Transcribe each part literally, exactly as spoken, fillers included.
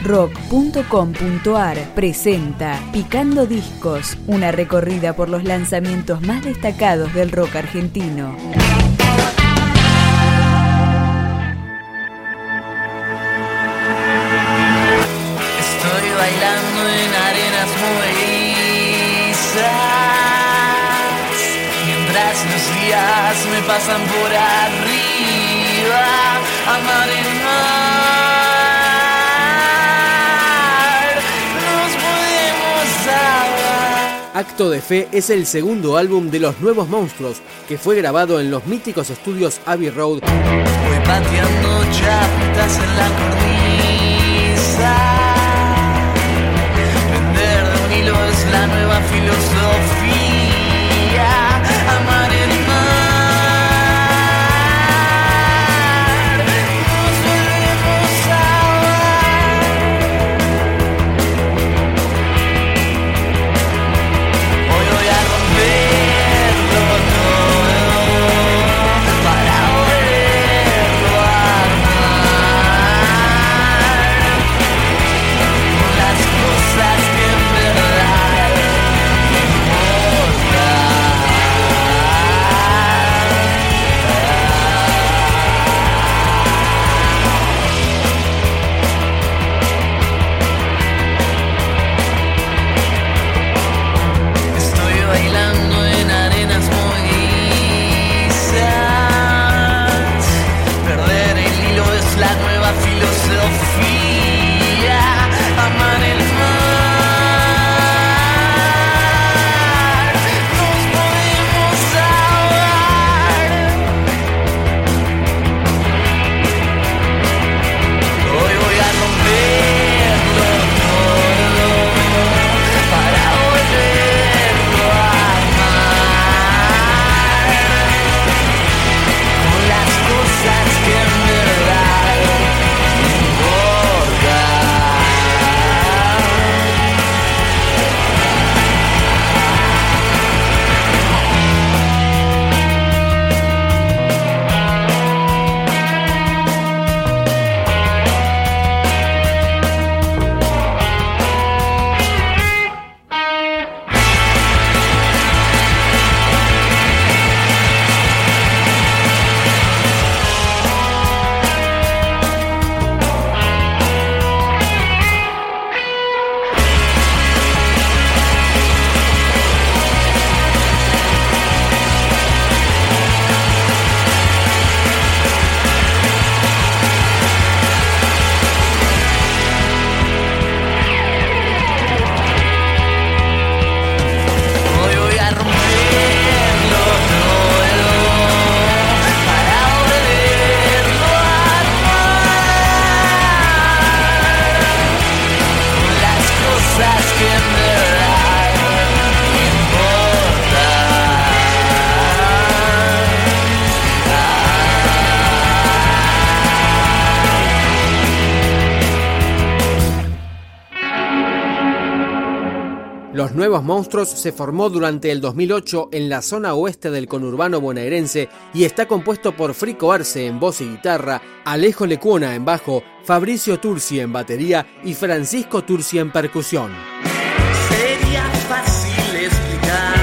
rock punto com punto ar presenta Picando Discos, una recorrida por los lanzamientos más destacados del rock argentino. Estoy bailando en arenas movedizas, mientras los días me pasan por arriba, amar el mar, nos podemos hablar. Acto de Fe es el segundo álbum de Los Nuevos Monstruos, que fue grabado en los míticos estudios Abbey Road. Voy pateando chapitas en la cornisa, vender de un hilo es la nueva filosofía, amar el mar, nos volvemos a hablar. Hoy voy a romperlo todo para volverlo a armar, con las cosas que en verdad estoy bailando en arenas movedizas, perder el hilo es la nueva filosofía, amar el mar, nos podemos ahogar. Hoy voy a romperlo todo para volverlo a armar, con las cosas que en verdad importan. Hoy voy a romperlo todo para volverlo a armar, con las cosas que en verdad Los Nuevos Monstruos se formó durante el dos mil ocho en la zona oeste del conurbano bonaerense y está compuesto por Frico Arce en voz y guitarra, Alejo Lecuona en bajo, Fabricio Turci en batería y Francisco Turci en percusión. sería fácil explicar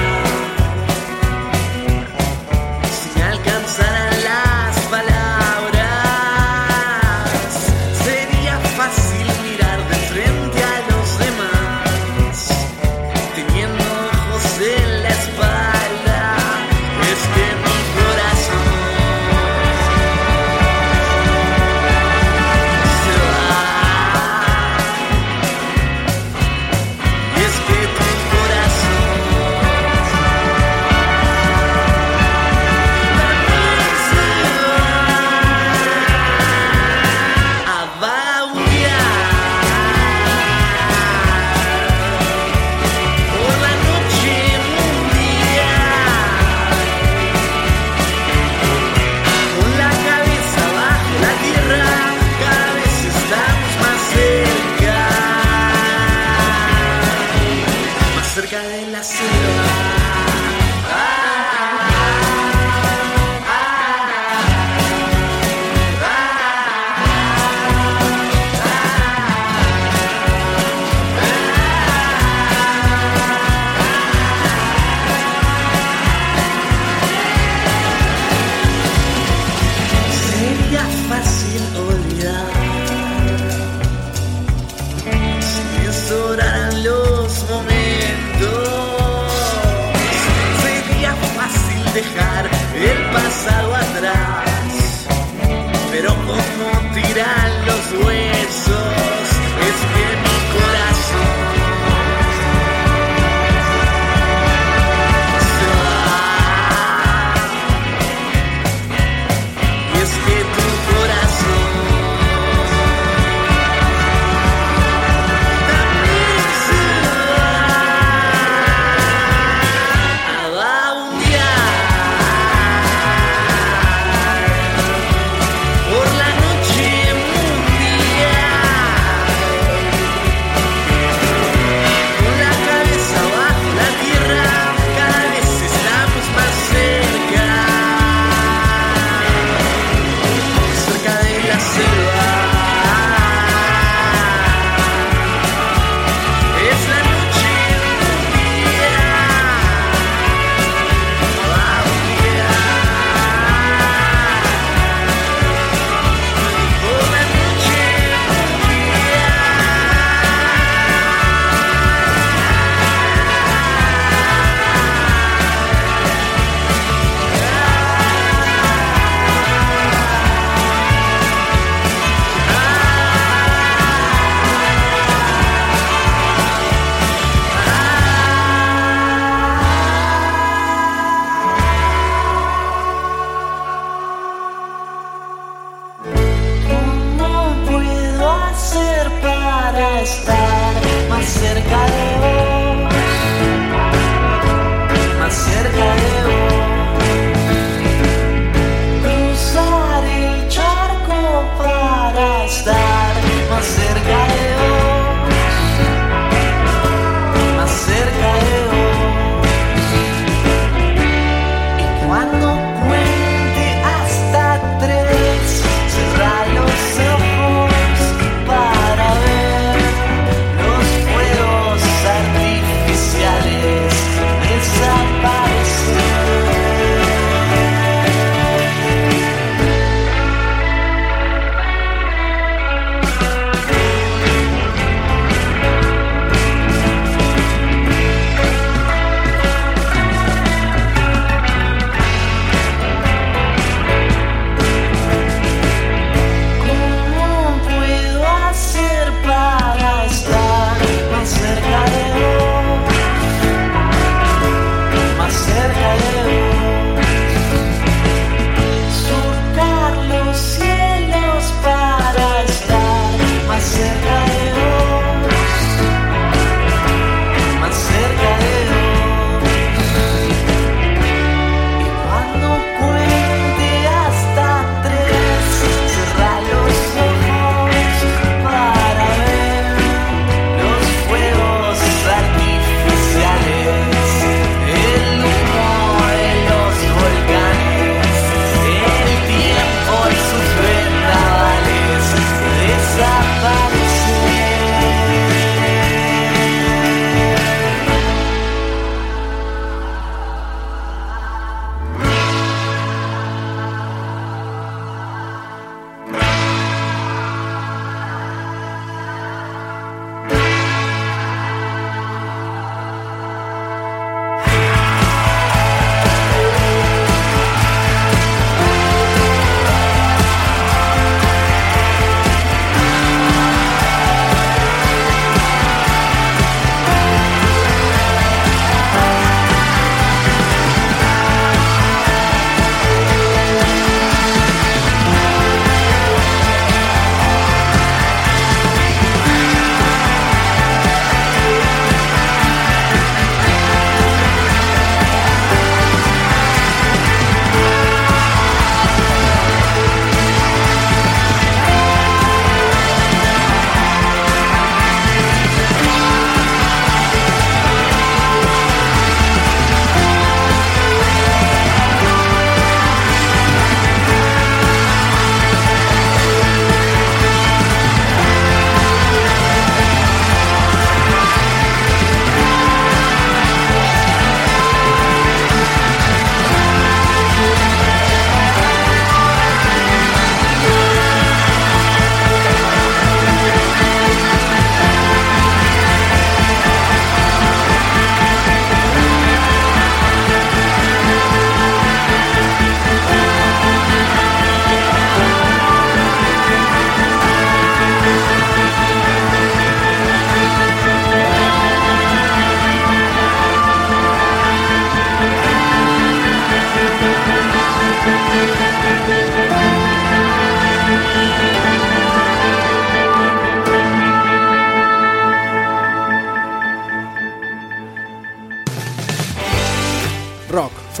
si me alcanzaran las palabras. Sería fácil mirar de frente a los demás, teniendo ojos en la espalda. Es que mi corazón se va. cómo tiran los huesos. Es que mi corazón se va. Y es que tu corazón también se va. Va un día por la noche mundial.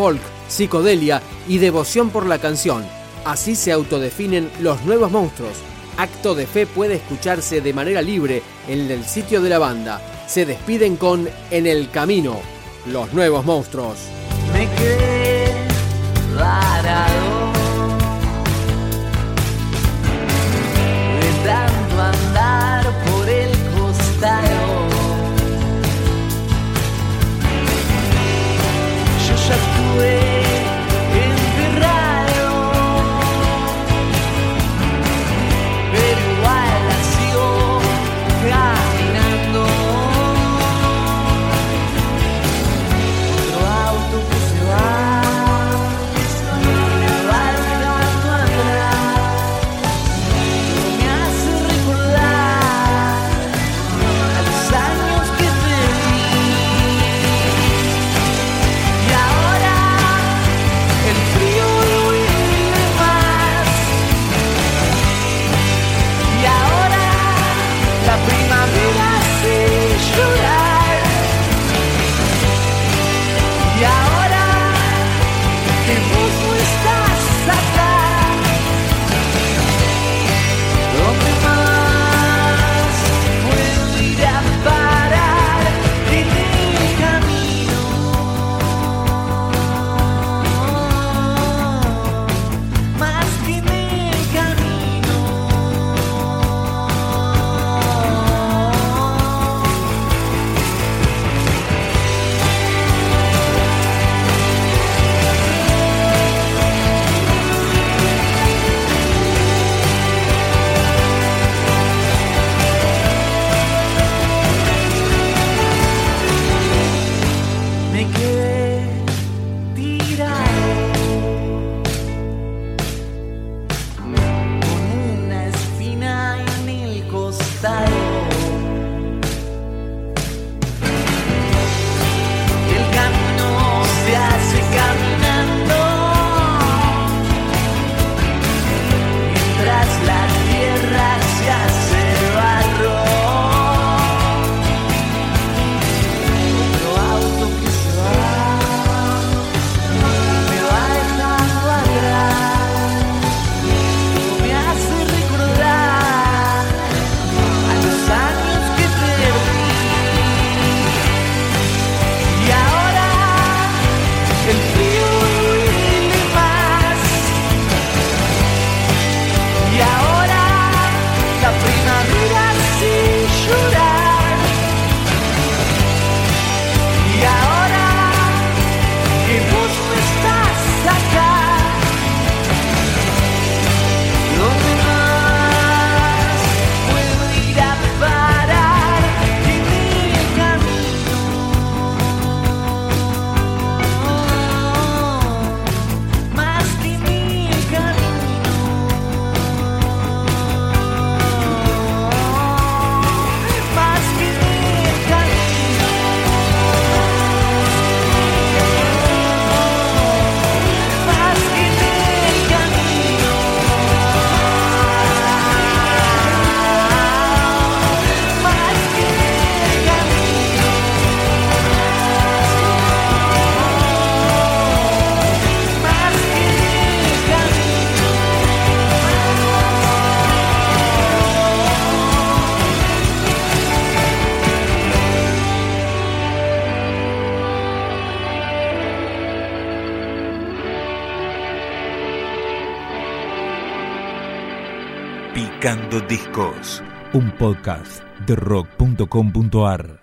folk, psicodelia y devoción por la canción. Así se autodefinen Los Nuevos Monstruos. Acto de Fe puede escucharse de manera libre en el sitio de la banda. Se despiden con En el Camino, Los Nuevos Monstruos. Me quedé varado de tanto andar por el costado. Yo ya estuve Picando Discos, un podcast de rock punto com punto ar.